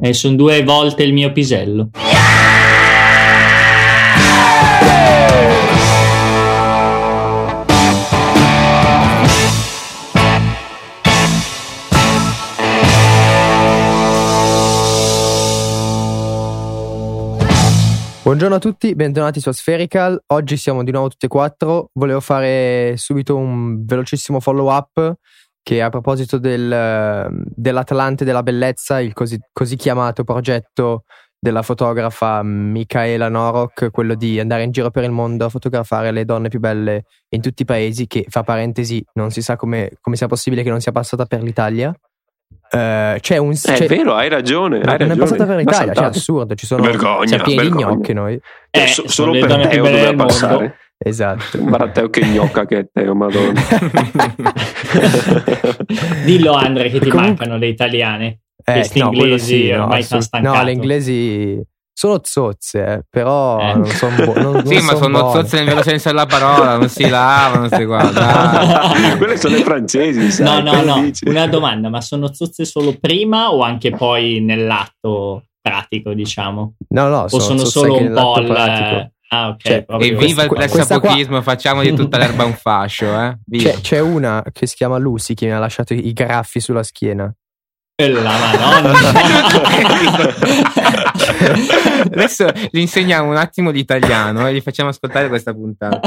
Sono 2 volte il mio pisello. Buongiorno a tutti, bentornati su Spherical. Oggi siamo di nuovo tutti e 4. Volevo fare subito un velocissimo follow up che a proposito dell'Atlante della bellezza, il così chiamato progetto della fotografa Michaela Norok, quello di andare in giro per il mondo a fotografare le donne più belle in tutti i paesi, che fra parentesi non si sa come sia possibile che non sia passata per l'Italia. È vero, hai ragione. Non è passata per l'Italia, cioè assurdo, ci sono vergogna, pieni di gnocche noi. Solo per Teo doveva passare. Esatto. Guarda Teo che gnocca che è Teo, madonna. Dillo Andre che ti mancano le italiane. Questi inglesi ormai stanno stancati. No, le inglesi sono zozze, però non sono sì, ma sono zozze nel vero senso della parola, non si lavano, si guarda. Quelle sono le francesi, sai? No. Una domanda, ma sono zozze solo prima o anche poi nell'atto pratico, diciamo? No, o sono solo un po' pratico. Ah, ok. Cioè, evviva il pressappochismo, facciamo di tutta l'erba un fascio, C'è una che si chiama Lucy che mi ha lasciato i graffi sulla schiena. La madonna. Adesso gli insegniamo un attimo l'italiano e gli facciamo ascoltare questa puntata.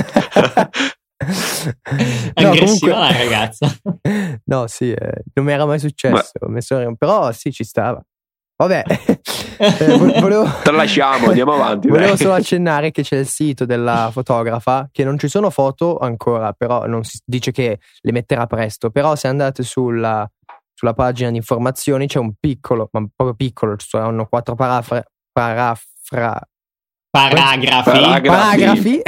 Aggressiva la ragazza. No, sì, non mi era mai successo. Però sì, ci stava. Vabbè, tralasciamo, andiamo avanti. Volevo solo accennare che c'è il sito della fotografa, che non ci sono foto ancora, però non si dice che le metterà presto. Però se andate sulla pagina di informazioni c'è un piccolo, ma proprio piccolo, ci saranno 4 paragrafi.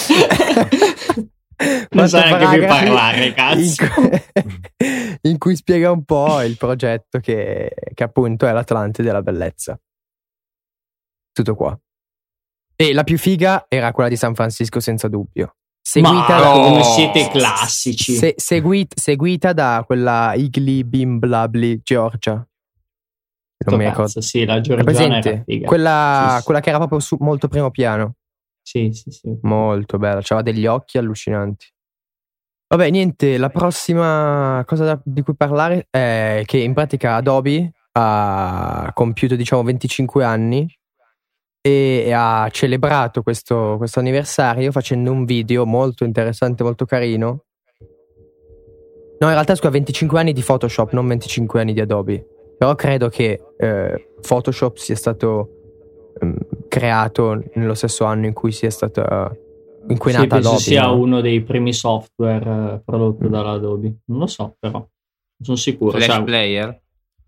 Non sai neanche più parlare, cazzo. In cui spiega un po' il progetto che appunto è l'Atlante della bellezza. Tutto qua. E la più figa era quella di San Francisco, senza dubbio. Come siete classici. Seguita da quella Igli Bim Blabli Georgia. Non mi ricordo. Sì, la Georgiana era figa. Quella che era proprio molto primo piano. Sì. Molto bella, c'aveva degli occhi allucinanti. Vabbè, niente, la prossima cosa di cui parlare è che in pratica Adobe ha compiuto 25 anni e ha celebrato questo anniversario facendo un video molto interessante, molto carino. No, in realtà 25 anni di Photoshop, non 25 anni di Adobe. Però credo che Photoshop sia stato creato nello stesso anno in cui sia stata inquinata Adobe. Penso sia uno dei primi software prodotto dalla Adobe. Non lo so, però non sono sicuro. Flash Player.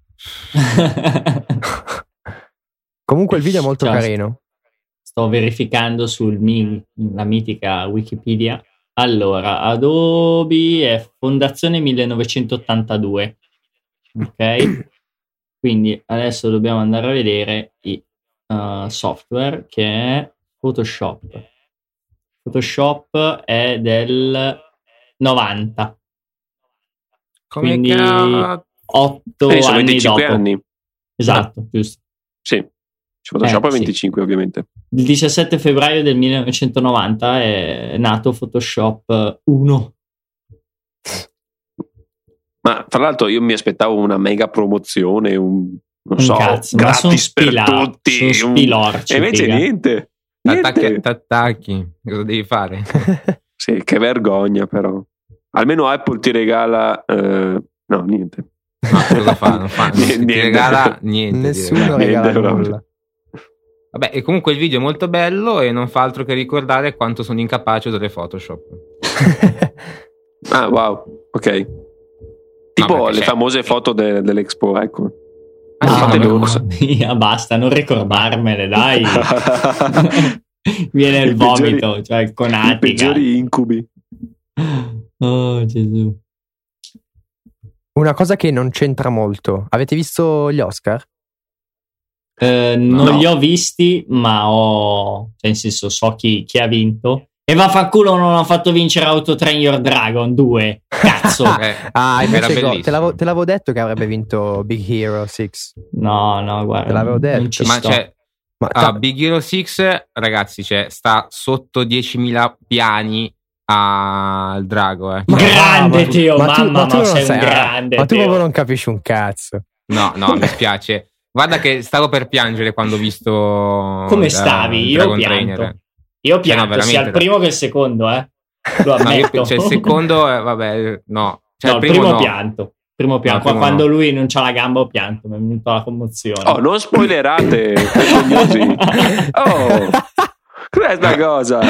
Comunque il video è molto carino. Sto verificando la mitica Wikipedia. Allora, Adobe è fondazione 1982. Ok? Quindi adesso dobbiamo andare a vedere i software, che è Photoshop. Photoshop è del 90. Quindi 8 anni dopo. Anni. Esatto, giusto. Sì, Photoshop è 25 ovviamente. Il 17 febbraio del 1990 è nato Photoshop 1. Ma tra l'altro io mi aspettavo una mega promozione, cazzo, gratis per tutti. Sono spilorci. E invece niente. T'attacchi, cosa devi fare? Sì, che vergogna però. Almeno Apple ti regala... no, niente. Ma cosa fa? Non fa niente. Ti regala niente. Nessuno regala nulla. Vabbè, e comunque il video è molto bello e non fa altro che ricordare quanto sono incapace a usare Photoshop. Ah, wow, ok. Tipo le famose foto dell'Expo, ecco. Basta, non ricordarmele, dai. Viene il vomito, cioè con Attica. I peggiori incubi. Oh Gesù. Una cosa che non c'entra molto. Avete visto gli Oscar? Non li ho visti, ma nel senso so chi ha vinto E vaffanculo, non ho fatto vincere Auto Train Your Dragon 2. Cazzo. Invece bellissimo. te l'avevo detto che avrebbe vinto Big Hero 6. No, guarda. Te l'avevo detto. Non ci Ma sto. c'è Big Hero 6, ragazzi, sta sotto 10.000 piani al drago. Grande Teo, tu mamma, non sei un sai, grande. ma tu Teo. proprio non capisci un cazzo. No, mi spiace. Guarda che stavo per piangere quando ho visto Come stavi? Io Dragon pianto. Trainer. Io pianto veramente. sia il primo che il secondo, Lo No, ammetto. il secondo, vabbè, no. Cioè, No, il primo no. pianto. Primo pianto. No, il primo Quando no. lui non c'ha la gamba ho pianto, mi è venuta la commozione. Oh, non spoilerate, vergognosi. Oh, cos'è sta cosa?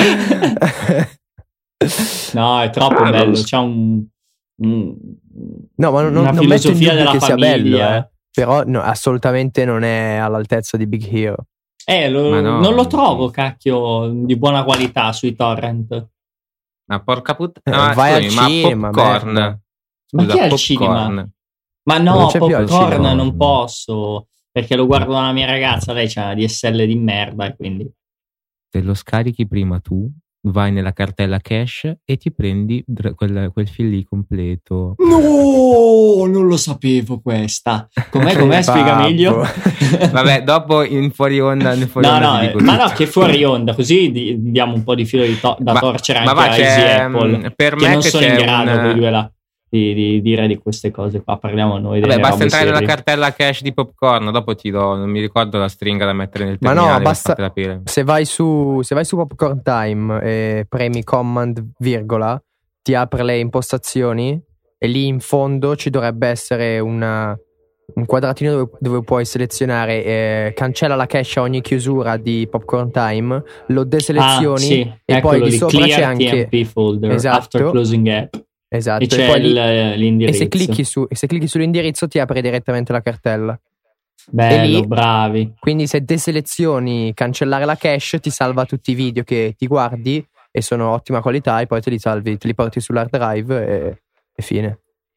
No, è troppo Ah, bello. non so. C'ha un No, ma non una metto in filosofia dubbio della che sia bello, famiglia. però no, assolutamente non è all'altezza di Big Hero. Ma no. Non lo trovo, cacchio, di buona qualità sui torrent. Ma porca puttana. Vai al ma cinema, Popcorn. merda. Ma Scusa, chi è al Popcorn. cinema? Ma Non no, c'è più al Popcorn cinema. non posso, perché lo guardo dalla mia ragazza, lei c'ha una DSL di merda e quindi... Te lo scarichi prima tu, vai nella cartella cache e ti prendi quel film lì completo. No, non lo sapevo questa. Com'è? Spiega Babbo. meglio. Vabbè, dopo in fuori onda ti dico Ma tutto. no, che fuori onda, così diamo un po' di filo da torcere ma anche va, a Easy c'è, Apple, per che me non che sono in c'è grado quei due là di dire di queste cose qua. Parliamo noi delle Vabbè, basta robe entrare nella serie. cartella cache di Popcorn, dopo ti do, non mi ricordo la stringa da mettere nel Ma no, terminale. basta- per fartela aprire. Se vai su Popcorn Time e premi command virgola, ti apre le impostazioni e lì in fondo ci dovrebbe essere un quadratino dove puoi selezionare cancella la cache a ogni chiusura di Popcorn Time, lo deselezioni sì, e poi eccolo di lì, sopra clear c'è anche TMP folder Esatto. after closing app esatto, e c'è poi lì- l'indirizzo. e se clicchi sull'indirizzo ti apre direttamente la cartella. Bello, e lì- bravi. Quindi se deselezioni cancellare la cache ti salva tutti i video che ti guardi e sono ottima qualità e poi te li salvi, te li porti sull'hard drive e fine.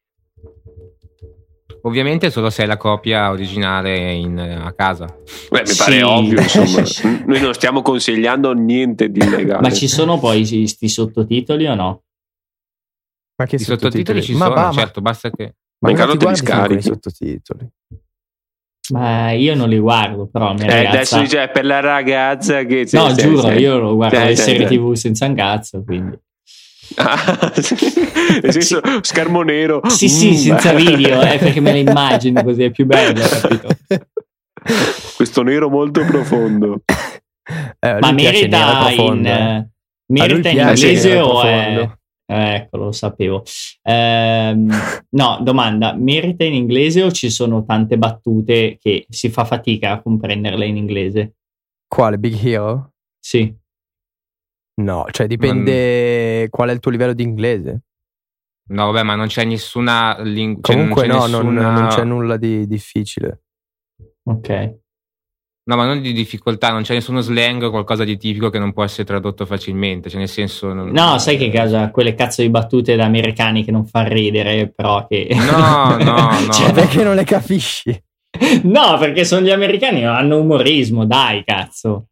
Ovviamente solo se hai la copia originale a casa. Beh, mi Sì. pare ovvio, insomma. Noi non stiamo consigliando niente di illegale. Ma ci sono poi sti sottotitoli o no? Ma che I sottotitoli ci Ma sono, va, certo, basta che... ma in non caso ti te li guardi sempre i scarichi. sottotitoli. Ma io non li guardo, però la mia Adesso ragazza... dice per la ragazza che... No, giuro, io lo guardo Sì, le sì, serie sì. TV senza un cazzo, quindi... Ah, sì. Nel senso, schermo nero. Sì, senza beh. video, perché me le immagino così, è più bello, capito? Questo nero molto profondo. Ma merita in piace inglese nero o è... profondo. Ecco, lo sapevo. No, domanda, merita in inglese o ci sono tante battute che si fa fatica a comprenderle in inglese? Quale? Big Hero? Sì. No, cioè dipende qual è il tuo livello di inglese. No, vabbè, ma non c'è nessuna lingua... Comunque non c'è no, nessuna... non c'è nulla di difficile. Ok. No, ma non di difficoltà, non c'è nessuno slang o qualcosa di tipico che non può essere tradotto facilmente, cioè nel senso... No, sai che casa quelle cazzo di battute da americani che non fa ridere, però che... No, Cioè, Perché non le capisci? No, perché sono gli americani, hanno umorismo, dai, cazzo.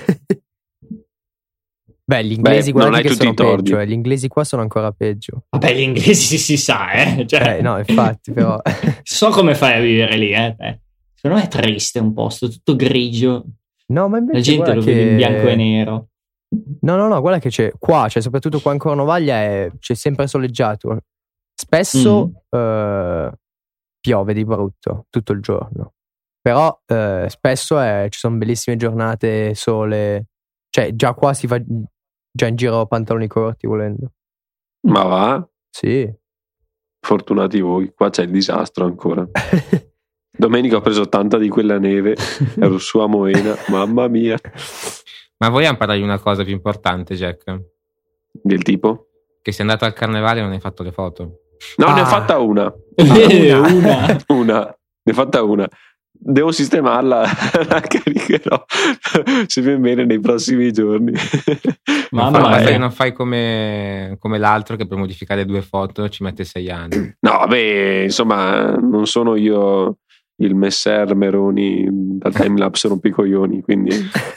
Beh, gli inglesi non guarda hai che tutti sono i tordi. peggio, gli inglesi qua sono ancora peggio. Vabbè, gli inglesi si sa, Cioè, No, infatti, però. so come fai a vivere lì, te. Secondo me è triste un posto, tutto grigio. No, ma La invece gente guarda lo che... vede in bianco e nero. No, guarda che c'è qua, cioè soprattutto qua in Cornovaglia c'è sempre soleggiato. Spesso piove di brutto tutto il giorno. Però spesso ci sono bellissime giornate, sole. Cioè già qua si va già in giro pantaloni corti volendo. Ma va? Sì. Fortunati voi, qua c'è il disastro ancora. Domenica ho preso tanta di quella neve, ero su a Moena, mamma mia. Ma vogliamo parlare di una cosa più importante, Jack? Del tipo? Che sei andato al carnevale e non hai fatto le foto. No, ne ho Ah. fatta una. Una. Una. Ne ho fatta una. Devo sistemarla, la caricherò se viene bene nei prossimi giorni. Mamma Non mia. fai, non fai come l'altro che per modificare 2 foto ci mette 6 anni. No, vabbè, insomma, non sono io il messer Meroni da timelapse rompicoglioni, quindi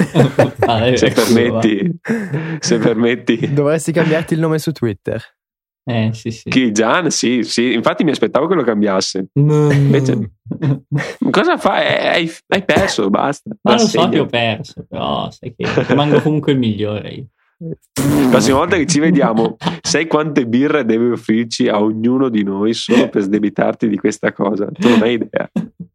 se permetti dovresti cambiarti il nome su Twitter. Sì. Chi, Gian? Sì, infatti mi aspettavo che lo cambiasse. Invece, cosa fai? Hai perso, basta. Ma lo so che ho perso, però sai che rimango comunque il migliore io. La prossima volta che ci vediamo, sai quante birre devi offrirci a ognuno di noi solo per sdebitarti di questa cosa? Tu non hai idea.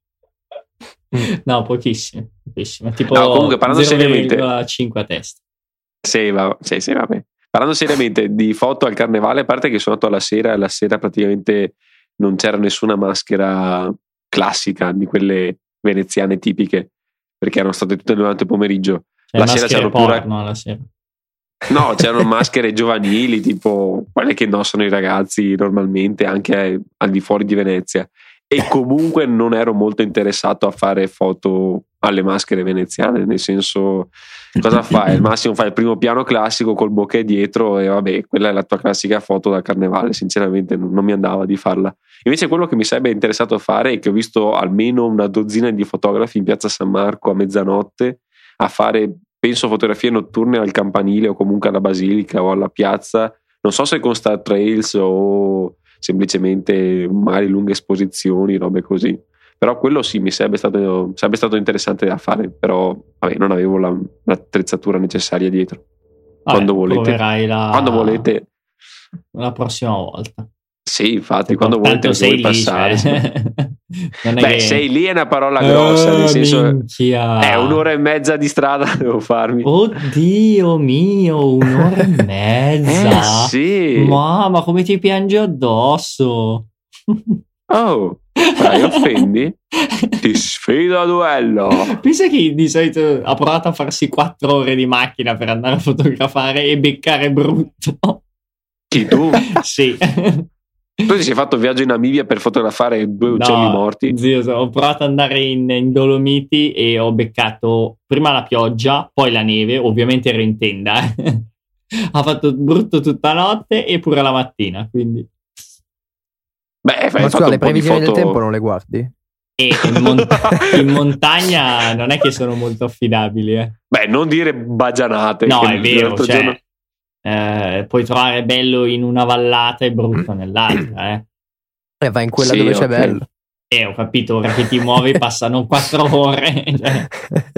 No, pochissime. Tipo no, comunque parlando 0,5 seriamente, a testa. Sì, vabbè. Parlando seriamente di foto al carnevale, a parte che sono andato alla sera e la sera praticamente non c'era nessuna maschera classica di quelle veneziane tipiche, perché erano state tutte durante il pomeriggio. La sera c'erano porno alla sera. No, c'erano maschere giovanili, tipo quelle che indossano i ragazzi normalmente anche al di fuori di Venezia. E comunque non ero molto interessato a fare foto alle maschere veneziane, nel senso, cosa fai? Al massimo fai il primo piano classico col bokeh dietro e vabbè, quella è la tua classica foto da carnevale. Sinceramente non mi andava di farla. Invece quello che mi sarebbe interessato a fare è che ho visto almeno una dozzina di fotografi in piazza San Marco a mezzanotte a fare, penso, fotografie notturne al campanile o comunque alla basilica o alla piazza, non so se con Star Trails o semplicemente magari lunghe esposizioni, robe così. Però quello sì, mi sarebbe stato interessante da fare, però vabbè, non avevo l'attrezzatura necessaria dietro. Vabbè, Quando volete la prossima volta. Sì, infatti, quando volete sei lì, passare. Non è sei lì è una parola grossa, nel senso minchia. Un'ora e mezza di strada devo farmi. Oddio mio, un'ora e mezza. Sì. Mamma, come ti piangi addosso. Oh, dai, offendi? Ti sfido a duello. Pensa che di solito ha provato a farsi 4 ore di macchina per andare a fotografare e beccare brutto. Chi, tu? Sì. Tu ti sei fatto viaggio in Namibia per fotografare 2 uccelli morti? Zio, ho provato ad andare in Dolomiti e ho beccato prima la pioggia, poi la neve, ovviamente ero in tenda. Ha fatto brutto tutta notte e pure la mattina, quindi. Beh, ma scusa, le previsioni del tempo non le guardi? E in montagna non è che sono molto affidabili. Beh, non dire bagianate. No, è vero, cioè, puoi trovare bello in una vallata e brutto nell'altra. Vai in quella dove c'è bello. Ho capito, ora che ti muovi passano 4 ore. Cioè.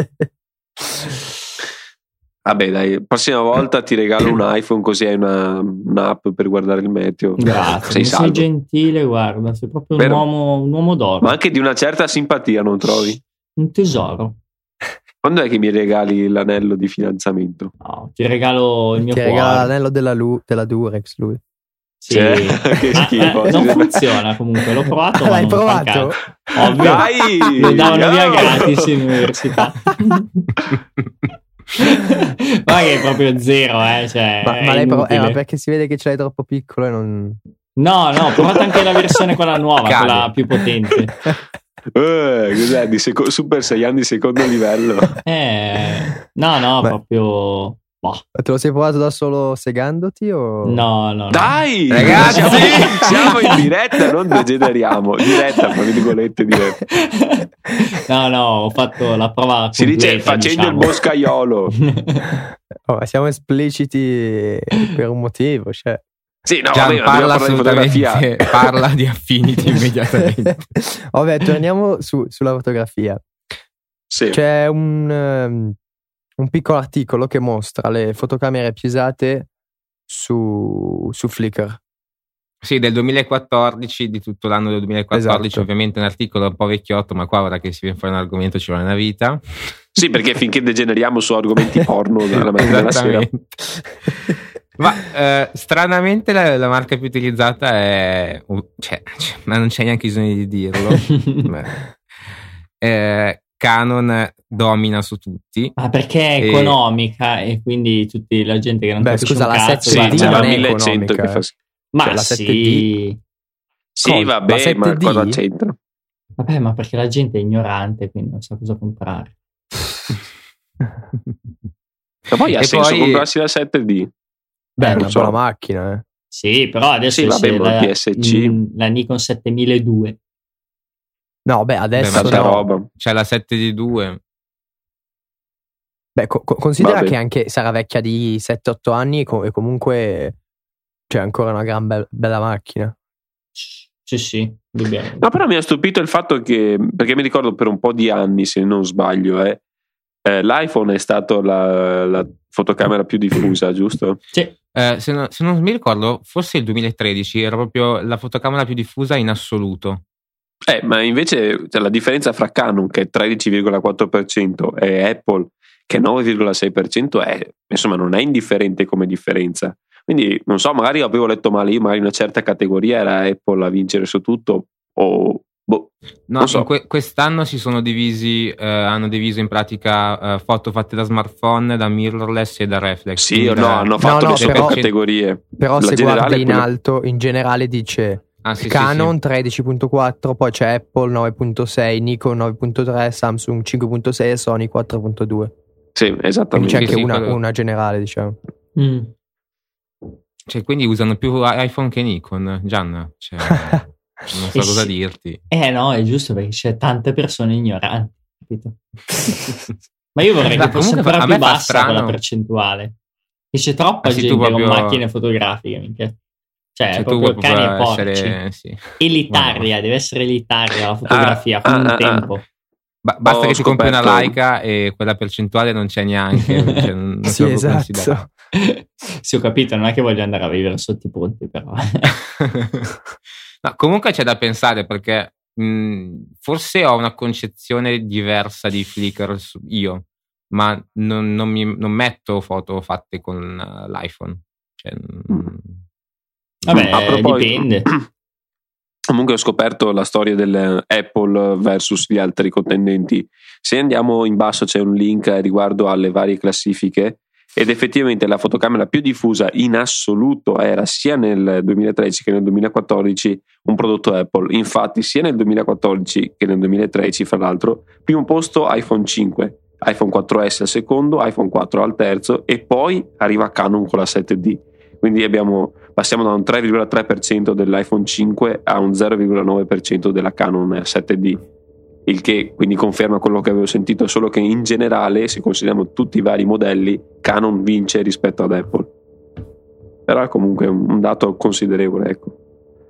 Vabbè, dai, prossima volta ti regalo un iPhone, così hai un'app per guardare il meteo. Grazie, sei gentile, guarda, sei proprio un uomo d'oro. Ma anche di una certa simpatia, non trovi? Un tesoro. Quando è che mi regali l'anello di fidanzamento? No, ti regalo il mio cuore. Ti regala l'anello della Durex, lui. Sì, che schifo. Non funziona comunque, l'ho provato. Ma l'hai provato? Ovvio, dai, lo davano via gratis in università. Ma che è proprio zero, cioè, ma lei ma perché si vede che ce l'hai troppo piccolo e non. No, provate anche la versione quella nuova, quella più potente. Cos'è? Super Saiyan di secondo livello? No, proprio. Te lo sei provato da solo segandoti o? No. Dai, ragazzi, siamo in diretta, non degeneriamo. Diretta, tra virgolette, diretta. No, ho fatto la prova completa, si dice facendo il boscaiolo. Siamo espliciti per un motivo, cioè. Sì, no, Gian, parla assolutamente, parla di Affinity immediatamente. Vabbè, torniamo sulla fotografia. Sì. C'è un piccolo articolo che mostra le fotocamere più usate su Flickr. Sì, del 2014, di tutto l'anno del 2014, esatto. Ovviamente un articolo un po' vecchiotto, ma qua ora che si viene fuori un argomento ci vuole una vita. Sì, perché finché degeneriamo su argomenti porno dalla mattina alla sera. Ma stranamente la marca più utilizzata è ma non c'è neanche bisogno di dirlo. Canon domina su tutti. Ma perché è economica e quindi tutti la gente che non capisce scusa, un la cazzo, 7D c'è la non è 1100 che fa. Ma cioè, la 7D. Sì, vabbè, ma cosa c'entra? Vabbè, ma perché la gente è ignorante, quindi non sa cosa comprare. Ma poi ha senso comprarsi la 7D? Beh, è una buona macchina, Sì, però adesso sì, vabbè, la Nikon 7002. No, beh, adesso tanta no. roba. C'è la 7D2. Beh, considera Vabbè. che anche sarà vecchia di 7-8 anni e comunque c'è ancora una gran bella macchina. Sì, indubbiamente. No, però mi ha stupito il fatto che, perché mi ricordo per un po' di anni, se non sbaglio, l'iPhone è stato la fotocamera più diffusa, giusto? Sì. Se non mi ricordo, forse il 2013 era proprio la fotocamera più diffusa in assoluto. Ma invece la differenza fra Canon, che è 13,4%, e Apple, che è 9,6%, insomma, non è indifferente come differenza. Quindi, non so, magari avevo letto male io, magari una certa categoria era Apple a vincere su tutto, o boh, No, non so. Quest'anno si sono divisi, hanno diviso in pratica foto fatte da smartphone, da mirrorless e da reflex. Sì o no, hanno fatto le sottocategorie. Però La se generale guardi è in quella- alto, in generale dice Sì, Canon sì. 13.4, poi c'è Apple 9.6, Nikon 9.3, Samsung 5.6 e Sony 4.2. Sì, Quindi esattamente. c'è anche Sì, quello- una generale, diciamo. Cioè, quindi usano più iPhone che Nikon, Gian. Cioè, non so cosa dirti. No, è giusto perché c'è tante persone ignoranti, capito? Ma io vorrei che fosse Comunque, ancora a più me fa bassa quella strano. percentuale. E c'è troppa Sì, tu gente proprio- con macchine fotografiche, minchia. Cioè, Cioè, tu proprio vuoi cani e proprio porci. essere, sì. Elitaria, deve essere elitaria la fotografia, come un tempo. Basta Ho che ti compri una scoperto- Leica e quella percentuale non c'è neanche. Cioè, non Sì, è proprio considerato. esatto. Sì, ho capito, non è che voglio andare a vivere sotto i ponti, però. No, comunque c'è da pensare perché forse ho una concezione diversa di Flickr io, ma non metto foto fatte con l'iPhone. Cioè, Vabbè, A proposito- dipende. Comunque ho scoperto la storia dell'Apple versus gli altri contendenti. Se andiamo in basso c'è un link riguardo alle varie classifiche ed effettivamente la fotocamera più diffusa in assoluto era sia nel 2013 che nel 2014 un prodotto Apple. Infatti sia nel 2014 che nel 2013, fra l'altro, primo posto iPhone 5, iPhone 4S al secondo, iPhone 4 al terzo e poi arriva Canon con la 7D. Quindi passiamo da un 3,3% dell'iPhone 5 a un 0,9% della Canon 7D, il che quindi conferma quello che avevo sentito, solo che in generale, se consideriamo tutti i vari modelli, Canon vince rispetto ad Apple. Però è comunque un dato considerevole, ecco.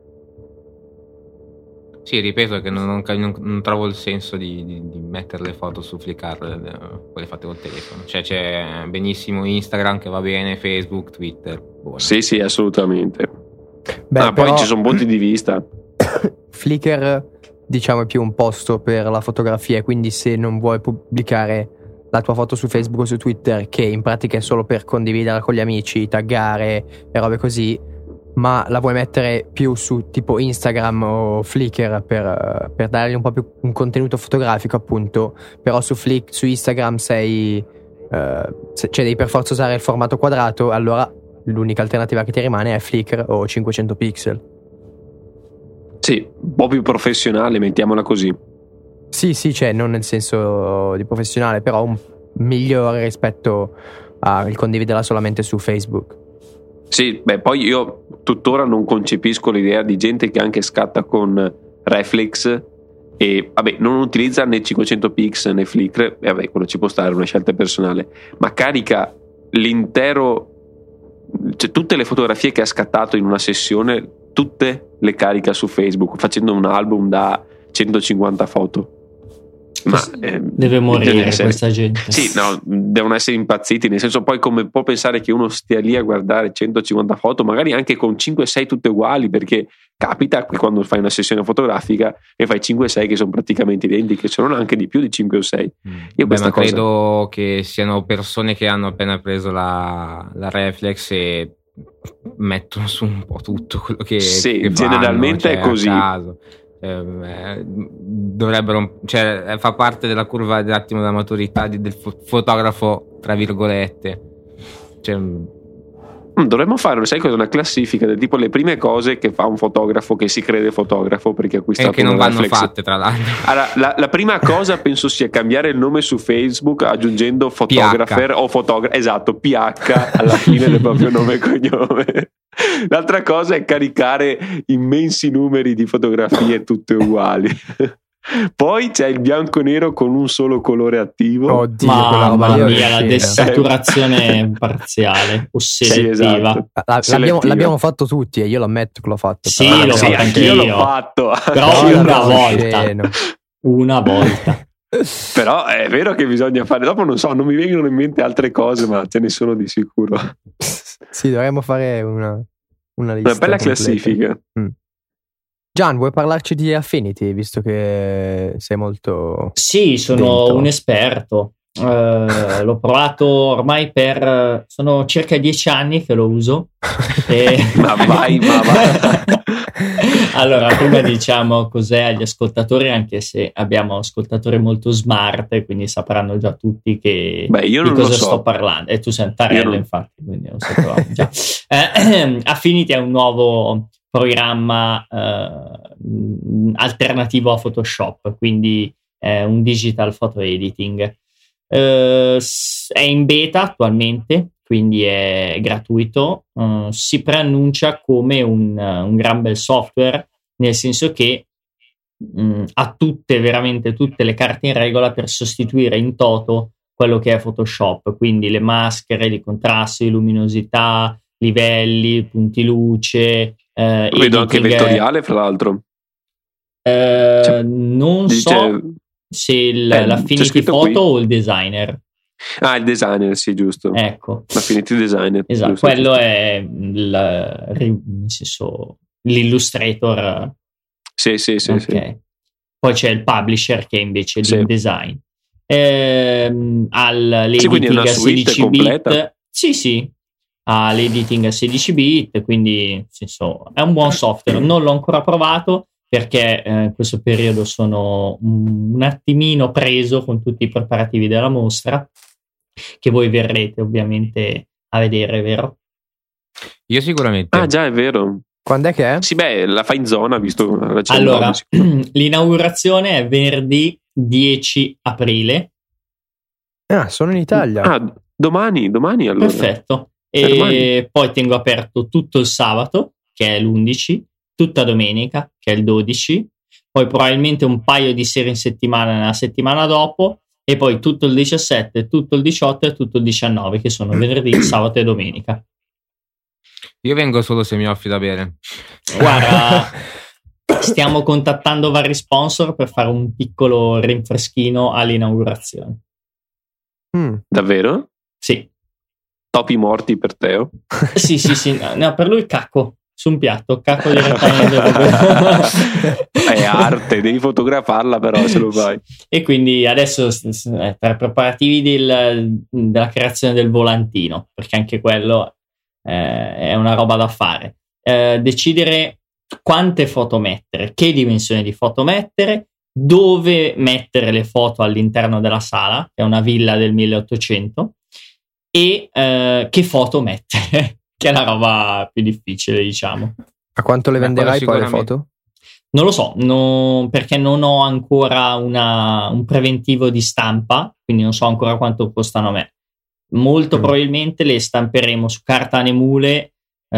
sì, ripeto che non trovo il senso di mettere le foto su Flickr, quelle fatte col telefono. Cioè c'è benissimo Instagram che va bene, Facebook, Twitter. Buona. Sì, assolutamente. Beh, Poi però ci sono punti di vista. Flickr, diciamo, è più un posto per la fotografia, quindi se non vuoi pubblicare la tua foto su Facebook o su Twitter, che in pratica è solo per condividerla con gli amici, taggare e robe così, ma la vuoi mettere più su tipo Instagram o Flickr per dargli un po' più un contenuto fotografico, appunto. Però su Instagram cioè devi per forza usare il formato quadrato, allora l'unica alternativa che ti rimane è Flickr o 500 pixel. Sì, un po' più professionale, mettiamola così. Sì, cioè non nel senso di professionale, però un migliore rispetto al condividerla solamente su Facebook. Sì, poi io tuttora non concepisco l'idea di gente che anche scatta con reflex e non utilizza né 500 pix né Flickr, e quello ci può stare, una scelta personale, ma carica l'intero, cioè tutte le fotografie che ha scattato in una sessione, tutte le carica su Facebook facendo un album da 150 foto. Ma deve morire questa gente. Sì, no, devono essere impazziti, nel senso, poi come può pensare che uno stia lì a guardare 150 foto, magari anche con 5-6 tutte uguali, perché capita che quando fai una sessione fotografica e fai 5-6 che sono praticamente identiche, se non anche di più di 5 o 6. Credo che siano persone che hanno appena preso la reflex e mettono su un po' tutto quello che fanno, generalmente è così. Dovrebbero, cioè, fa parte della curva un attimo della maturità del fotografo, tra virgolette. Cioè, dovremmo fare, sai cosa, una classifica del tipo le prime cose che fa un fotografo che si crede fotografo perché ha acquistato che non una vanno reflex. fatte, tra l'altro. Allora, la prima cosa penso sia cambiare il nome su Facebook aggiungendo photographer o esatto, PH alla fine del proprio nome e cognome. L'altra cosa è caricare immensi numeri di fotografie tutte uguali. Poi c'è il bianco e nero con un solo colore attivo. Oddio, quella roba Mamma lì mia, la è desaturazione parziale o selettiva. Sì, esatto. L'abbiamo fatto tutti e io lo ammetto che l'ho fatto. Sì, però- l'ho Sì, fatto anch'io l'ho anch'io. fatto. Però No, una no, volta. sceno. Una volta. Però è vero che bisogna fare. Dopo non so, non mi vengono in mente altre cose, ma ce ne sono di sicuro. Sì, dovremmo fare una lista Una bella completa. classifica. Gian, vuoi parlarci di Affinity, visto che sei molto... Sì, sono dentro? un esperto. L'ho provato ormai sono circa 10 anni che lo uso. Ma vai. Allora, prima diciamo cos'è agli ascoltatori, anche se abbiamo ascoltatori molto smart e quindi sapranno già tutti Io di non cosa lo so. sto parlando. E tu sei un Io tarello, non- infatti, quindi non sapevamo già. Affinity è un nuovo programma alternativo a Photoshop, quindi è un digital photo editing. È in beta attualmente, quindi è gratuito. Si preannuncia come un gran bel software, nel senso che ha veramente tutte le carte in regola per sostituire in toto quello che è Photoshop, quindi le maschere, i contrasti, luminosità, livelli, punti luce. Vedo anche editing. vettoriale, fra l'altro. Non Dice- so se c'è l'Affinity scritto Photo qui. o il designer. Il designer, sì, giusto. Ecco, L'Affinity Designer. esatto, giusto, quello giusto. è nel senso l'Illustrator. Sì. Ok. Poi c'è il publisher che è invece Sì. l'InDesign. Sì, quindi è L'editing una a suite 16 completa. bit. Sì. Ha l'editing a 16 bit, quindi nel senso, è un buon software. Non l'ho ancora provato perché in questo periodo sono un attimino preso con tutti i preparativi della mostra, che voi verrete ovviamente a vedere, vero? Io sicuramente. Già, è vero. Quando è che è? Sì, la fa in zona, visto che c'è Allora, un sicuro. l'inaugurazione è venerdì 10 aprile. Sono in Italia. Domani allora. Perfetto. Domani. E poi tengo aperto tutto il sabato, che è l'11, tutta domenica, che è il 12, poi probabilmente un paio di sere in settimana nella settimana dopo, e poi tutto il 17, tutto il 18 e tutto il 19, che sono venerdì, sabato e domenica. Io vengo solo se mi offri da bere. Guarda, stiamo contattando vari sponsor per fare un piccolo rinfreschino all'inaugurazione. Davvero? Sì. Topi morti per Teo? Sì. No, per lui cacco su un piatto, cacco direttamente. È arte, devi fotografarla però se lo fai. E quindi adesso per preparativi della creazione del volantino, perché anche quello è una roba da fare. Decidere quante foto mettere, che dimensione di foto mettere, dove mettere le foto all'interno della sala, che è una villa del 1800, e che foto mettere, che è la roba più difficile, diciamo. A quanto le venderai poi le sicuramente. foto? Non lo so, perché non ho ancora un preventivo di stampa, quindi non so ancora quanto costano a me. Molto probabilmente le stamperemo su carta Nemule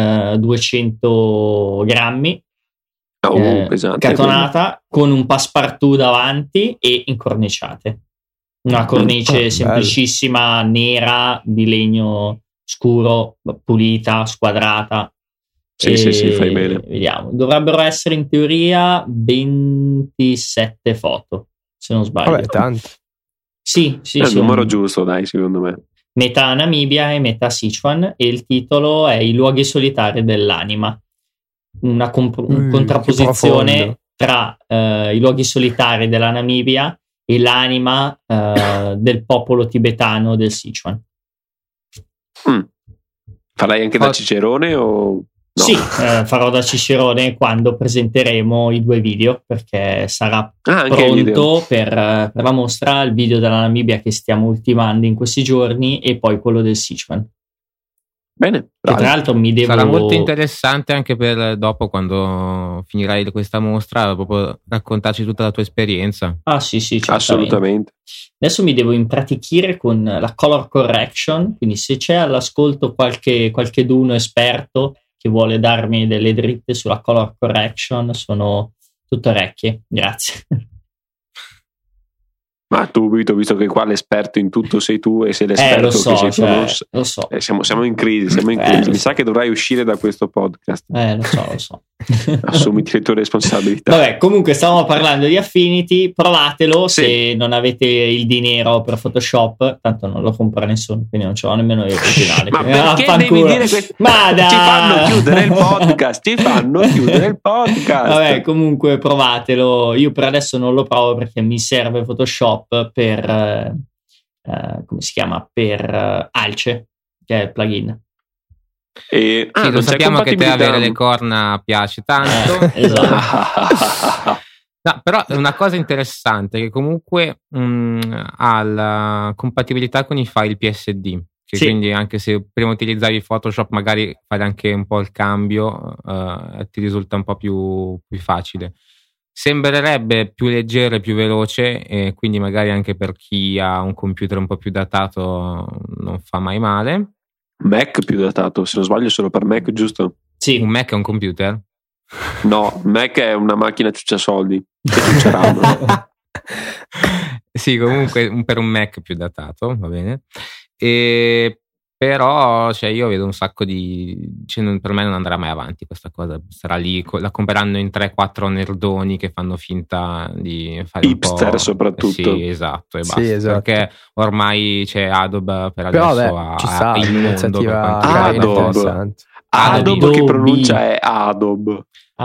200 grammi, pesante, cartonata, con un passepartout davanti e incorniciate. Una cornice semplicissima, nera, di legno scuro, pulita, squadrata. Sì, fai bene. Vediamo, dovrebbero essere in teoria 27 foto, se non sbaglio. Vabbè, tanto. Sì, È il numero giusto, dai, secondo me. Metà Namibia e metà Sichuan, e il titolo è I luoghi solitari dell'anima. Una contrapposizione tra i luoghi solitari della Namibia e l'anima del popolo tibetano del Sichuan. Farai anche da Cicerone o... No. Sì, farò da Cicerone quando presenteremo i 2 video, perché sarà pronto per la mostra il video della Namibia che stiamo ultimando in questi giorni e poi quello del Sichuan. Bene, tra l'altro sarà molto interessante anche per dopo, quando finirai questa mostra, proprio raccontarci tutta la tua esperienza. Sì, certamente. Assolutamente. Adesso mi devo impratichire con la color correction, quindi se c'è all'ascolto qualcheduno esperto che vuole darmi delle dritte sulla color correction, sono tutto orecchie, grazie. Ma tu, Vito, visto che qua l'esperto in tutto sei tu e sei l'esperto lo so, che sei tu, lo so. Siamo in crisi, Mi sa che dovrai uscire da questo podcast. Lo so. Assumiti le tue responsabilità. Vabbè, comunque stavamo parlando di Affinity, provatelo Sì. se non avete il dinero per Photoshop, tanto non lo compra nessuno, quindi non ce l'ho nemmeno io originale. Ma perché devi dire questo? Ma dai! Ci fanno chiudere il podcast. Vabbè, comunque provatelo. Io per adesso non lo provo perché mi serve Photoshop per come si chiama? Per Alce, che è il plugin. E, Sì, lo sappiamo che te avere le corna piace tanto. Esatto. No, però è una cosa interessante che comunque ha la compatibilità con i file PSD, che Sì. quindi anche se prima utilizzavi Photoshop magari fai anche un po' il cambio, ti risulta un po' più facile. Sembrerebbe più leggero e più veloce, e quindi magari anche per chi ha un computer un po' più datato non fa mai male. Mac più datato, se non sbaglio solo per Mac, giusto? Sì. Un Mac è un computer? No, Mac è una macchina ciuccia soldi che ciucceranno. Sì, comunque per un Mac più datato, va bene. Però io vedo un sacco per me non andrà mai avanti questa cosa, sarà lì, la compreranno in 3-4 nerdoni che fanno finta di fare hipster un po'. soprattutto. Sì, esatto, e basta, esatto. Perché ormai c'è Adobe per Però adesso vabbè, ci sta il mondo per l'iniziativa quanto Adobe. riguarda. interessante. Adobe che pronuncia è Adobe.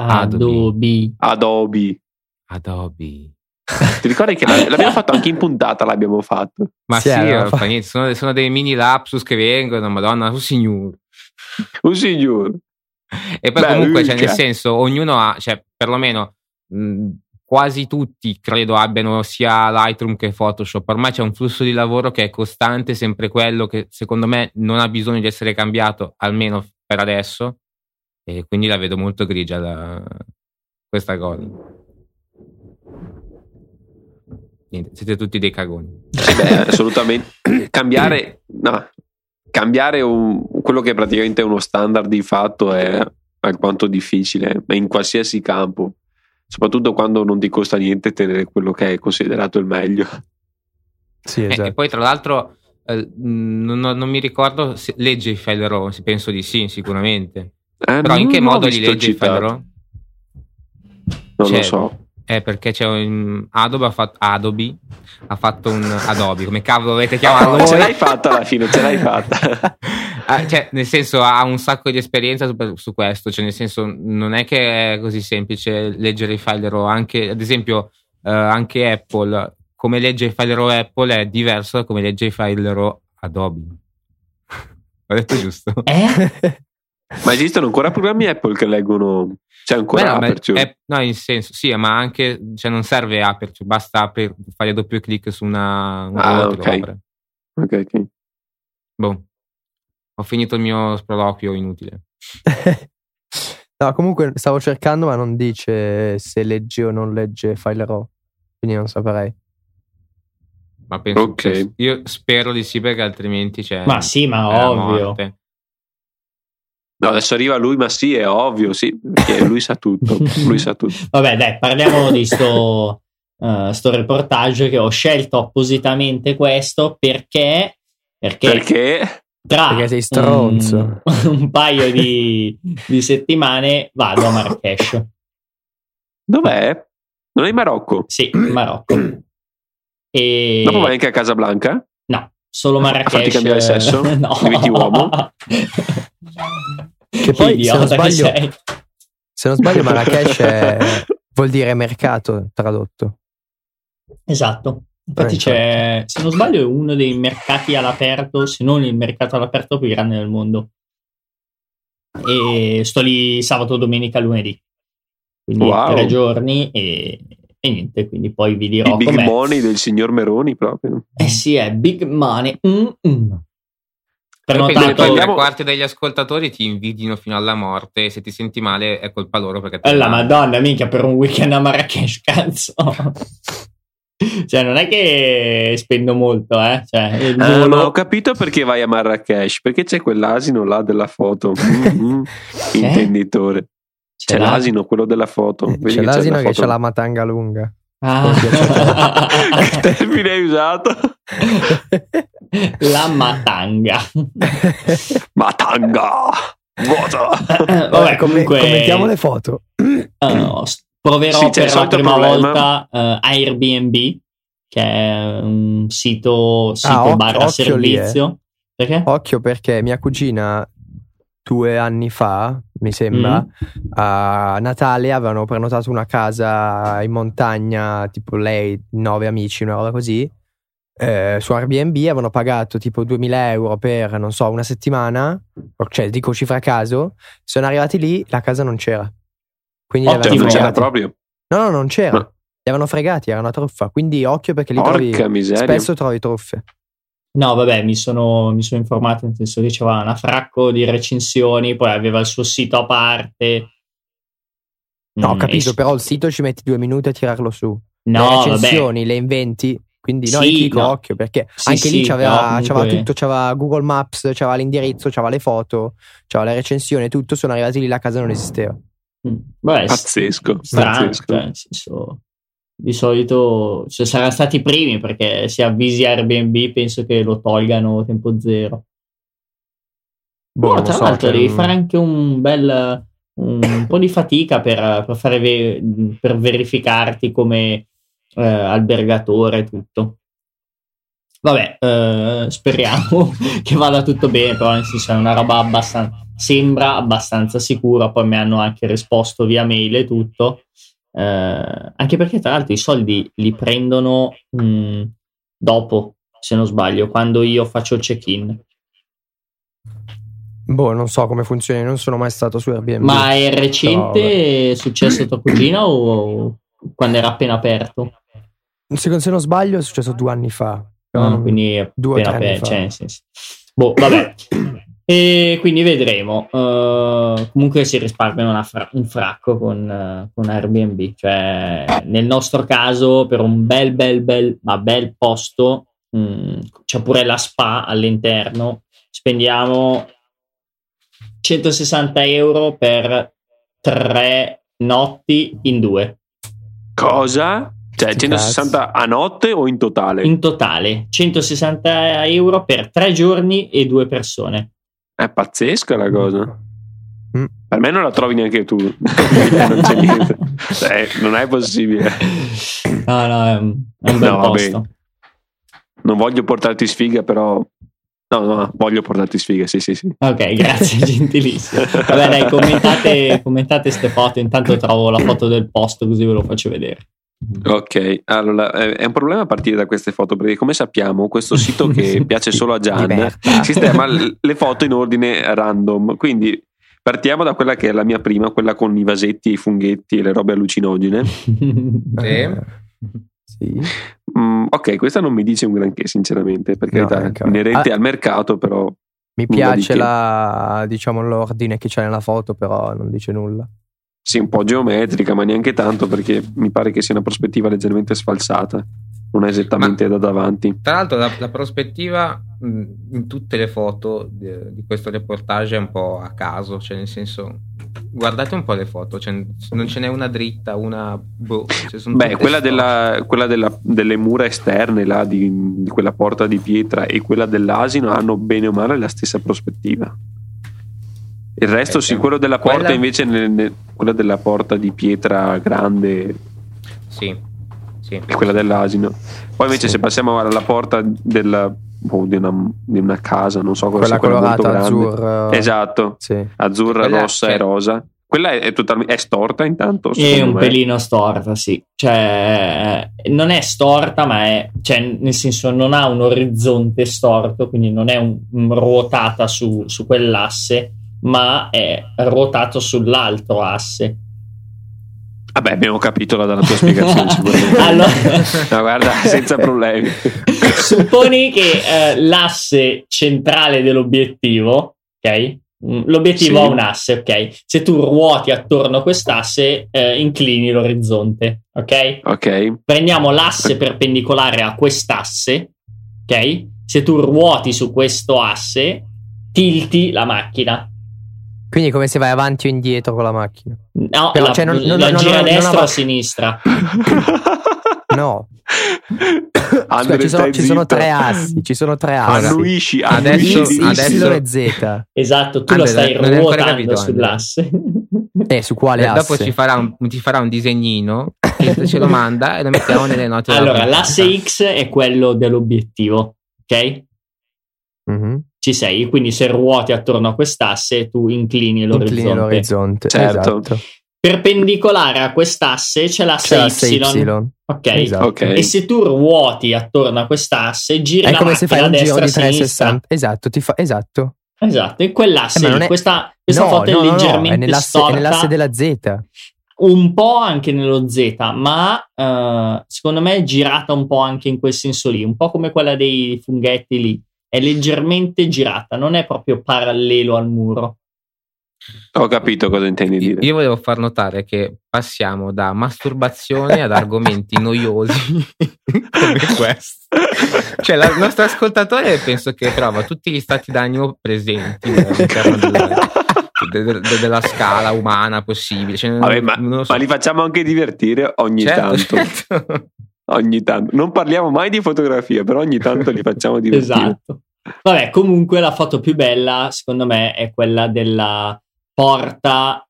Adobe. Ti ricordi che l'abbiamo fatto anche in puntata, l'abbiamo fatto. Ma Sì, sì, allora fa niente, sono dei mini lapsus che vengono, madonna, un signore. Un signore. E poi Beh, comunque, minchia. nel senso, ognuno ha, perlomeno quasi tutti credo abbiano sia Lightroom che Photoshop. Ormai c'è un flusso di lavoro che è costante, sempre quello che secondo me non ha bisogno di essere cambiato, almeno per adesso, e quindi la vedo molto grigia questa cosa. Niente, siete tutti dei cagoni. Beh, assolutamente. Cambiare quello che praticamente è uno standard di fatto è alquanto difficile, ma in qualsiasi campo, soprattutto quando non ti costa niente tenere quello che è considerato il meglio. Sì, esatto. E poi tra l'altro non mi ricordo se legge i file RAW, penso di sì, sicuramente. Però in che modo li legge i file RAW? Non lo so. Perché c'è Adobe ha fatto un Adobe, come cavolo volete chiamarlo? Ce l'hai fatta alla fine, ce l'hai fatta. Nel senso, ha un sacco di esperienza su questo, nel senso non è che è così semplice leggere i file RAW. Anche, ad esempio, anche Apple, come legge i file RAW Apple è diverso da come legge i file RAW Adobe. Ho detto giusto? Ma esistono ancora programmi Apple che leggono? C'è ancora Aperture? No, in senso, sì, ma anche non serve Aperture, basta fare doppio clic su una ok. Boh, ho finito il mio sproloquio inutile. No, comunque stavo cercando, ma non dice se legge o non legge file RAW, quindi non saprei. Ma penso che io spero di sì, perché altrimenti Ma sì, ma ovvio. Morte. No, adesso arriva lui, ma sì, è ovvio, sì, perché lui sa tutto. Vabbè, dai, parliamo di sto reportage che ho scelto appositamente questo perché Perché sei stronzo. un paio di settimane vado a Marrakesh. Dov'è? Non è in Marocco? Sì, in Marocco. E... Dopo vai anche a Casablanca? No, solo Marrakesh. Fatti cambiare sesso? No. Diventi uomo? Che poi, se non sbaglio, Marrakesh vuol dire mercato tradotto. Esatto. Infatti c'è, se non sbaglio, è uno dei mercati all'aperto, se non il mercato all'aperto più grande del mondo. E sto lì sabato, domenica, lunedì. Quindi 3 giorni e niente, quindi poi vi dirò il big money del signor Meroni proprio. Sì, è big money. Prenotato. 3/4 degli ascoltatori ti invidino fino alla morte, e se ti senti male è colpa loro, perché la madonna, minchia, per un weekend a Marrakesh, cazzo. Cioè non è che spendo molto, ma ho capito perché vai a Marrakesh, perché c'è quell'asino là della foto. Intenditore. C'è l'asino, quello della foto. C'è l'asino che c'ha la matanga lunga. Che termine hai usato? La matanga. Matanga. Vuoto. Vabbè, comunque commentiamo le foto. Proverò Sì, c'è il per la solito prima problema. volta Airbnb, che è un sito barra occhio lì, servizio. Perché? Occhio, perché mia cugina 2 anni fa, mi sembra, a Natale avevano prenotato una casa in montagna, tipo lei, 9 amici, una roba così, su Airbnb. Avevano pagato tipo 2.000 euro per, non so, una settimana, cioè dico cifra a caso. Sono arrivati lì, la casa non c'era, quindi li Ottimo. avevano Non c'era fregati. proprio. No, non c'era, Ma- li avevano fregati, era una truffa. Quindi occhio, perché lì Porca miseria. spesso trovi truffe. No, vabbè, mi sono informato, nel senso che c'era una fracco di recensioni, poi aveva il suo sito a parte. No, ho capito, e- però il sito ci metti 2 minuti a tirarlo su. No, Le recensioni le inventi, quindi no, Sì, io ti dico no. occhio, perché Sì, anche lì sì, c'aveva no, comunque- tutto, c'aveva Google Maps, c'aveva l'indirizzo, c'aveva le foto, c'aveva le recensioni, tutto. Sono arrivati lì, la casa non esisteva. Vabbè, Pazzesco, strano, pazzesco. cioè, nel senso, di solito saranno stati i primi, perché se avvisi Airbnb penso che lo tolgano a tempo zero. Boh, non Tra so, l'altro cioè, devi fare anche un po' di fatica per verificarti come albergatore e tutto. Vabbè, speriamo che vada tutto bene, però nel senso è una roba sembra abbastanza sicura. Poi mi hanno anche risposto via mail e tutto, anche perché tra l'altro i soldi li prendono dopo, se non sbaglio, quando io faccio il check-in. boh, non so come funzioni, non sono mai stato su Airbnb. Ma è recente, vabbè. è successo a tua cugina o quando era appena aperto? Se non sbaglio è successo 2 anni fa. Però non- Quindi è 2 o 3 appena anni fa. cioè, nel senso. Boh, vabbè. E quindi vedremo. Comunque si risparmia un fracco con Airbnb. Cioè, nel nostro caso, per un bel posto, c'è pure la spa all'interno. Spendiamo 160 euro per 3 notti in 2. Cosa? Cioè, Sti 160 a notte o in totale? In totale 160 euro per 3 giorni e 2 persone. È pazzesca la cosa. Mm. Per me non la trovi neanche tu. Non c'è niente. Non è possibile. No, è un bel No, vabbè. posto. Non voglio portarti sfiga, però. No, voglio portarti sfiga, sì. Ok, grazie, gentilissimo. Vabbè, dai, commentate ste foto. Intanto trovo la foto del posto, così ve lo faccio vedere. Ok, allora è un problema a partire da queste foto, perché come sappiamo questo sito che piace solo a Gian Libertà. sistema le foto in ordine random, quindi partiamo da quella che è la mia prima, quella con i vasetti, i funghetti e le robe allucinogene. Sì. Ok, questa non mi dice un granché sinceramente, perché No, è anche a me. inerente al mercato, però Mi nulla di piace che. diciamo l'ordine che c'è nella foto, però non dice nulla. Sì, un po' geometrica, ma neanche tanto, perché mi pare che sia una prospettiva leggermente sfalsata, non è esattamente da davanti. Tra l'altro la prospettiva in tutte le foto di questo reportage è un po' a caso, cioè nel senso, guardate un po' le foto, cioè, non ce n'è una dritta, una cioè sono Beh, tutte quella delle mura esterne là di quella porta di pietra e quella dell'asino hanno bene o male la stessa prospettiva. Il resto sì, quello della porta quella- invece quella della porta di pietra grande sì. e quella dell'asino. Poi invece se passiamo alla porta di una casa, non so cosa sia, Quella molto colorata grande. azzurra. Esatto, Sì. azzurra, Quella rossa c'è. e rosa. Quella è totalmente è storta intanto, È secondo un me. pelino storta, sì. Cioè, non è storta, ma cioè, nel senso, non ha un orizzonte storto, quindi non è ruotata su quell'asse, ma è ruotato sull'altro asse. Vabbè, abbiamo capito dalla tua spiegazione sicuramente. Allora, No, guarda, senza problemi. supponi che l'asse centrale dell'obiettivo, ok? L'obiettivo Sì. ha un asse, ok? Se tu ruoti attorno a quest'asse, inclini l'orizzonte, ok? Ok, Prendiamo l'asse perpendicolare a quest'asse, ok? Se tu ruoti su questo asse, tilti la macchina. Quindi è come se vai avanti o indietro con la macchina. No, Però, cioè, non la gira a non destra o avanti. a sinistra. No. Scusa, ci sono tre assi. Annuisci Adesso Y e Z. Esatto, tu Andrea, lo stai non hai ancora ruotando capito, sull'asse. Su quale asse? Dopo ti farà un disegnino e ce lo manda e lo mettiamo nelle note. Allora, l'asse X è quello dell'obiettivo, ok? Mm-hmm. Ci sei, quindi se ruoti attorno a quest'asse tu inclini l'orizzonte. Certo. Esatto. Perpendicolare a quest'asse c'è l'asse Y. Ok, Esatto. Ok. e se tu ruoti attorno a quest'asse giri È la come se macchina fai un giro destra di a sinistra. 360. Esatto, esatto. Esatto, e quell'asse ma non lì, è- questa No, foto è leggermente è nell'asse storta, della Z. un po' anche nello Z, ma secondo me è girata un po' anche in quel senso lì, un po' come quella dei funghetti lì, è leggermente girata, non è proprio parallelo al muro. Ho capito cosa intendi dire. Io volevo far notare che passiamo da masturbazione ad argomenti noiosi come questo. Cioè, il nostro ascoltatore penso che prova tutti gli stati d'animo presenti all'interno della scala umana possibile. Cioè, Vabbè, non lo so. ma li facciamo anche divertire ogni tanto. Certo. Ogni tanto. Non parliamo mai di fotografia, però ogni tanto li facciamo divertire. Esatto. Vabbè, comunque la foto più bella, secondo me, è quella della porta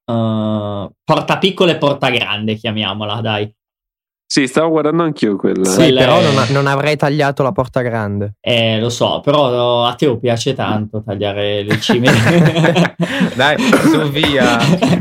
piccola e porta grande, chiamiamola, dai. Sì, stavo guardando anch'io quella. Sì, Quella però è- non avrei tagliato la porta grande. Lo so, però a te piace tanto tagliare le cime. Dai, su via.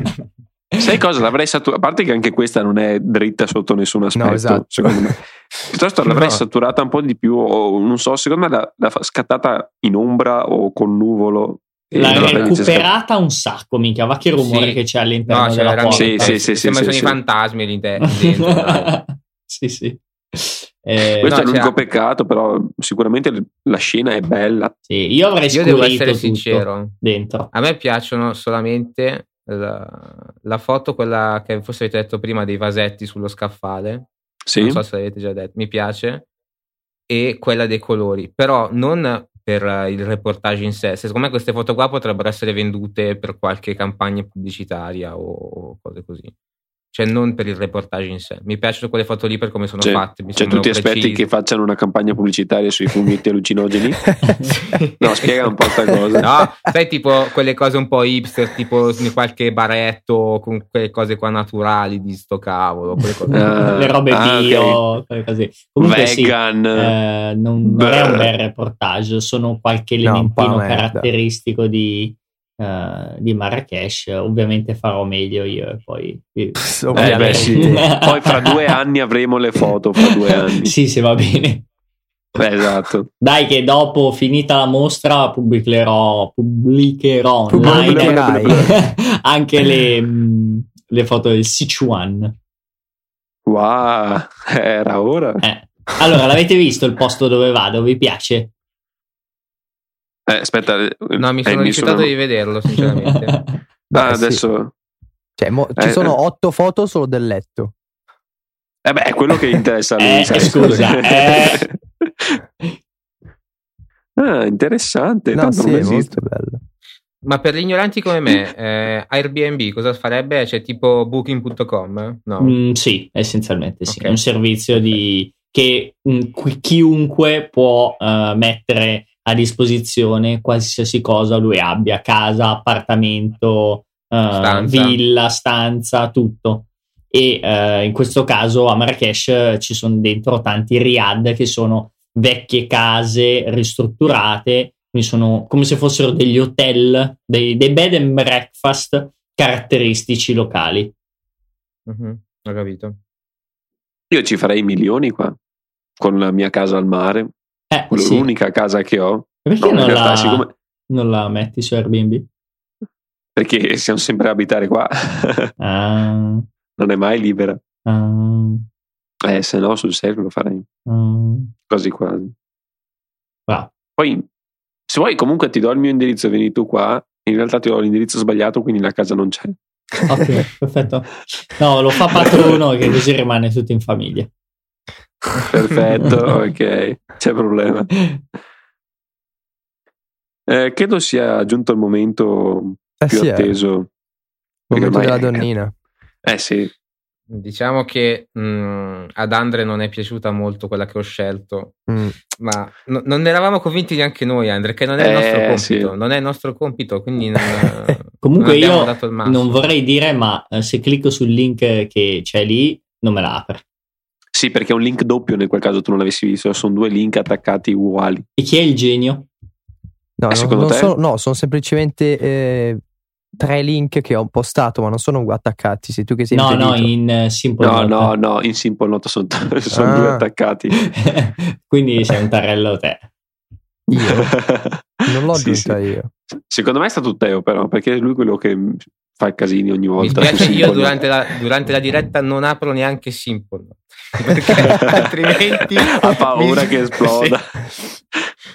Sai cosa? L'avrei saturata. A parte che anche questa non è dritta sotto nessun aspetto, esatto. secondo me. Piuttosto l'avrei No. saturata un po' di più, o non so, secondo me l'ha scattata in ombra o con nuvolo. E L'ha allora inizia a recuperata un sacco, minchia, va che rumore Sì. che c'è all'interno No, c'è della la porta. Sì. Sembra sono i fantasmi lì dentro. Dai. Sì, sì. Questo no, è l'unico cioè- peccato, però sicuramente la scena è bella. Sì, io avrei Io devo scurito essere tutto sincero. dentro. A me piacciono solamente la foto, quella che forse avete detto prima, dei vasetti sullo scaffale. Sì. Non so se l'avete già detto, mi piace. E quella dei colori, però non per il reportage in sé. Secondo me queste foto qua potrebbero essere vendute per qualche campagna pubblicitaria o cose così. Cioè non per il reportage in sé. Mi piacciono quelle foto lì per come sono fatte. Mi Cioè, tu sembrano ti aspetti precise. che facciano una campagna pubblicitaria sui funghetti allucinogeni? Sì. No, spiega un po' sta cosa. No, sai, tipo quelle cose un po' hipster, tipo in qualche baretto con quelle cose qua naturali di sto cavolo, quelle cose. Le robe bio, ok. quelle cose. Comunque sì, Vegan. non è un bel reportage, sono qualche No, un po' elementino merda. caratteristico di Marrakesh. Ovviamente farò meglio io e poi Beh, sì. Poi fra 2 anni avremo le foto, fra 2 anni. sì, se va bene. Esatto. Dai, che dopo finita la mostra pubblicherò online Pubblicherai. anche le foto del Sichuan. Wow, era ora. Allora, l'avete visto il posto dove vado? Vi piace? Aspetta. No, mi sono rifiutato di vederlo, sinceramente. Beh, adesso. Cioè, ci sono 8 foto solo del letto. Beh, è quello che interessa a lui. sai. Scusa. Interessante. No, tanto sì, non è esiste. molto bello. Ma per gli ignoranti come me, Airbnb cosa farebbe? Cioè tipo booking.com? No. Sì, essenzialmente sì. Ok. È un servizio che chiunque può mettere a disposizione qualsiasi cosa lui abbia, casa, appartamento, Stanza. villa, stanza, tutto. E in questo caso a Marrakesh ci sono dentro tanti riad che sono vecchie case ristrutturate, quindi sono come se fossero degli hotel, dei bed and breakfast caratteristici locali. Mhm, ho capito. Io ci farei milioni qua, con la mia casa al mare. Quella è Sì. l'unica casa che ho. Perché No, in realtà, non la metti su Airbnb? Perché siamo sempre a abitare qua. Ah, Non è mai libera. ah, Se no, sul serio lo farei. Quasi quasi. wow. Poi, se vuoi, comunque ti do il mio indirizzo, vieni tu qua. In realtà ti do l'indirizzo sbagliato, quindi la casa non c'è. Ok, perfetto. No, lo fa Patruno che così rimane tutto in famiglia. Perfetto, ok, c'è problema. Credo sia giunto il momento più Sì, atteso. il Perché momento ormai della donnina. Sì, Diciamo che ad Andre non è piaciuta molto quella che ho scelto, ma non eravamo convinti neanche noi, Andre, che non è il nostro compito, sì. Non è il nostro compito, quindi Comunque non abbiamo io dato il massimo. non vorrei dire, ma se clicco sul link che c'è lì, non me la apre. Sì, perché è un link doppio nel quel caso tu non l'avessi visto, sono 2 link attaccati uguali. E chi è il genio? No, secondo te? Sono semplicemente 3 link che ho postato, ma non sono attaccati. Sei tu che sei No, impedito. in Simple Note. No, in Simple Note sono 2 attaccati. Quindi sei un tarello te. Io? Non l'ho Sì, aggiunta sì. io. Secondo me è stato Teo, però, perché è lui quello che fa i casini ogni Mi volta. spiace, su io Simple Note. durante la diretta non apro neanche Simple, perché altrimenti Ha paura che esploda. Sì.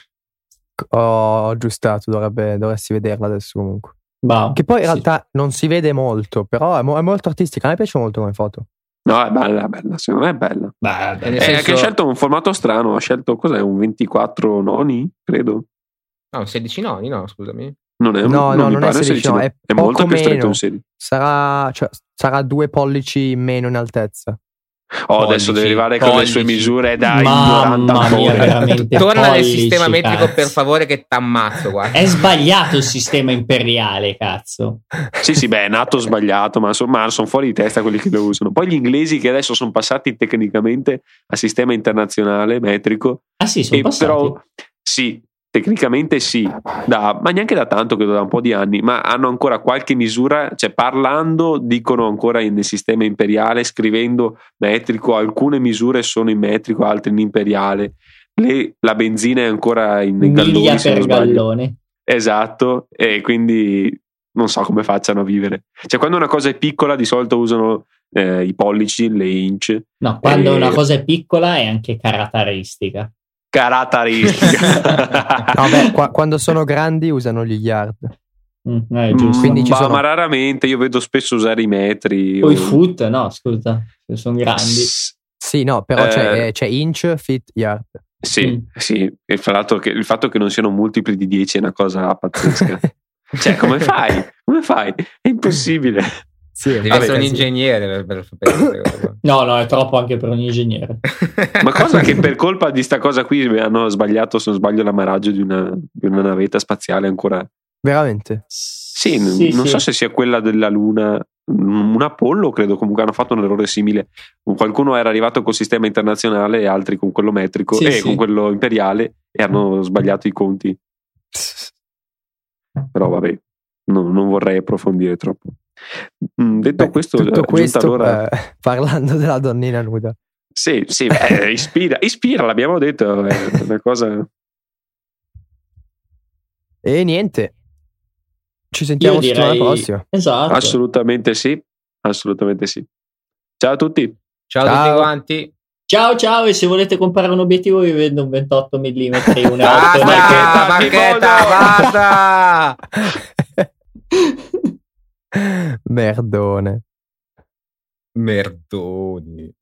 Ho aggiustato, dovresti vederla adesso comunque. Wow. Che poi in realtà non si vede molto, però è molto artistica. A me piace molto come foto. No, è bella, secondo me è bella. Beh, nel È senso- che ha scelto un formato strano, ha scelto cos'è, un 24 noni, credo. No, 16 noni, no, scusami. Non è No, mi non è pare 16, no, è molto poco più stretto meno. un 16. Sarà 2 pollici in meno in altezza. Adesso deve arrivare con le sue pollici. misure da Mamma ignorante mia, attore. veramente. Torna nel pollici, sistema metrico, cazzo. per favore, che t'ammazzo, guarda. È sbagliato il sistema imperiale, cazzo. Sì, beh, è nato sbagliato, ma sono fuori di testa quelli che lo usano. Poi gli inglesi che adesso sono passati tecnicamente a sistema internazionale metrico. Ah sì, sono passati. Però sì, tecnicamente sì, ma neanche da tanto, credo da un po' di anni, ma hanno ancora qualche misura, cioè parlando dicono ancora nel sistema imperiale, scrivendo metrico, alcune misure sono in metrico, altre in imperiale. La benzina è ancora in galloni, Miglia se non per sbaglio. gallone. Esatto, e quindi non so come facciano a vivere. Cioè quando una cosa è piccola di solito usano i pollici, le inch. No, quando una cosa è piccola è anche caratteristica. No, beh, quando sono grandi usano gli yard. Giusto. Quindi ci sono... Ma raramente, io vedo spesso usare i metri. O i foot, no, scusa, sono grandi. Sì, no, però c'è inch, feet, yard. Sì, e fra l'altro il fatto che non siano multipli di 10 è una cosa pazzesca. Cioè, come fai? È impossibile. Sì, Devi essere un ingegnere per sapere. No, è troppo anche per un ingegnere. Ma cosa che per colpa di sta cosa qui hanno sbagliato, se non sbaglio, l'ammaraggio di una navetta spaziale ancora. Veramente? Sì, non so se sia quella della Luna, un Apollo, credo. Comunque hanno fatto un errore simile. Qualcuno era arrivato col sistema internazionale e altri con quello metrico con quello imperiale e hanno sbagliato i conti. Però vabbè, non vorrei approfondire troppo. Detto questo, tutto questo allora... parlando della donnina nuda. Sì, ispira, l'abbiamo detto, è una cosa. E niente, ci sentiamo settimana prossima. Esatto. Assolutamente sì. Ciao a tutti. Ciao a tutti quanti. Ciao, e se volete comprare un obiettivo vi vendo un 28 mm 1.8. Basta! Merdone. Merdoni.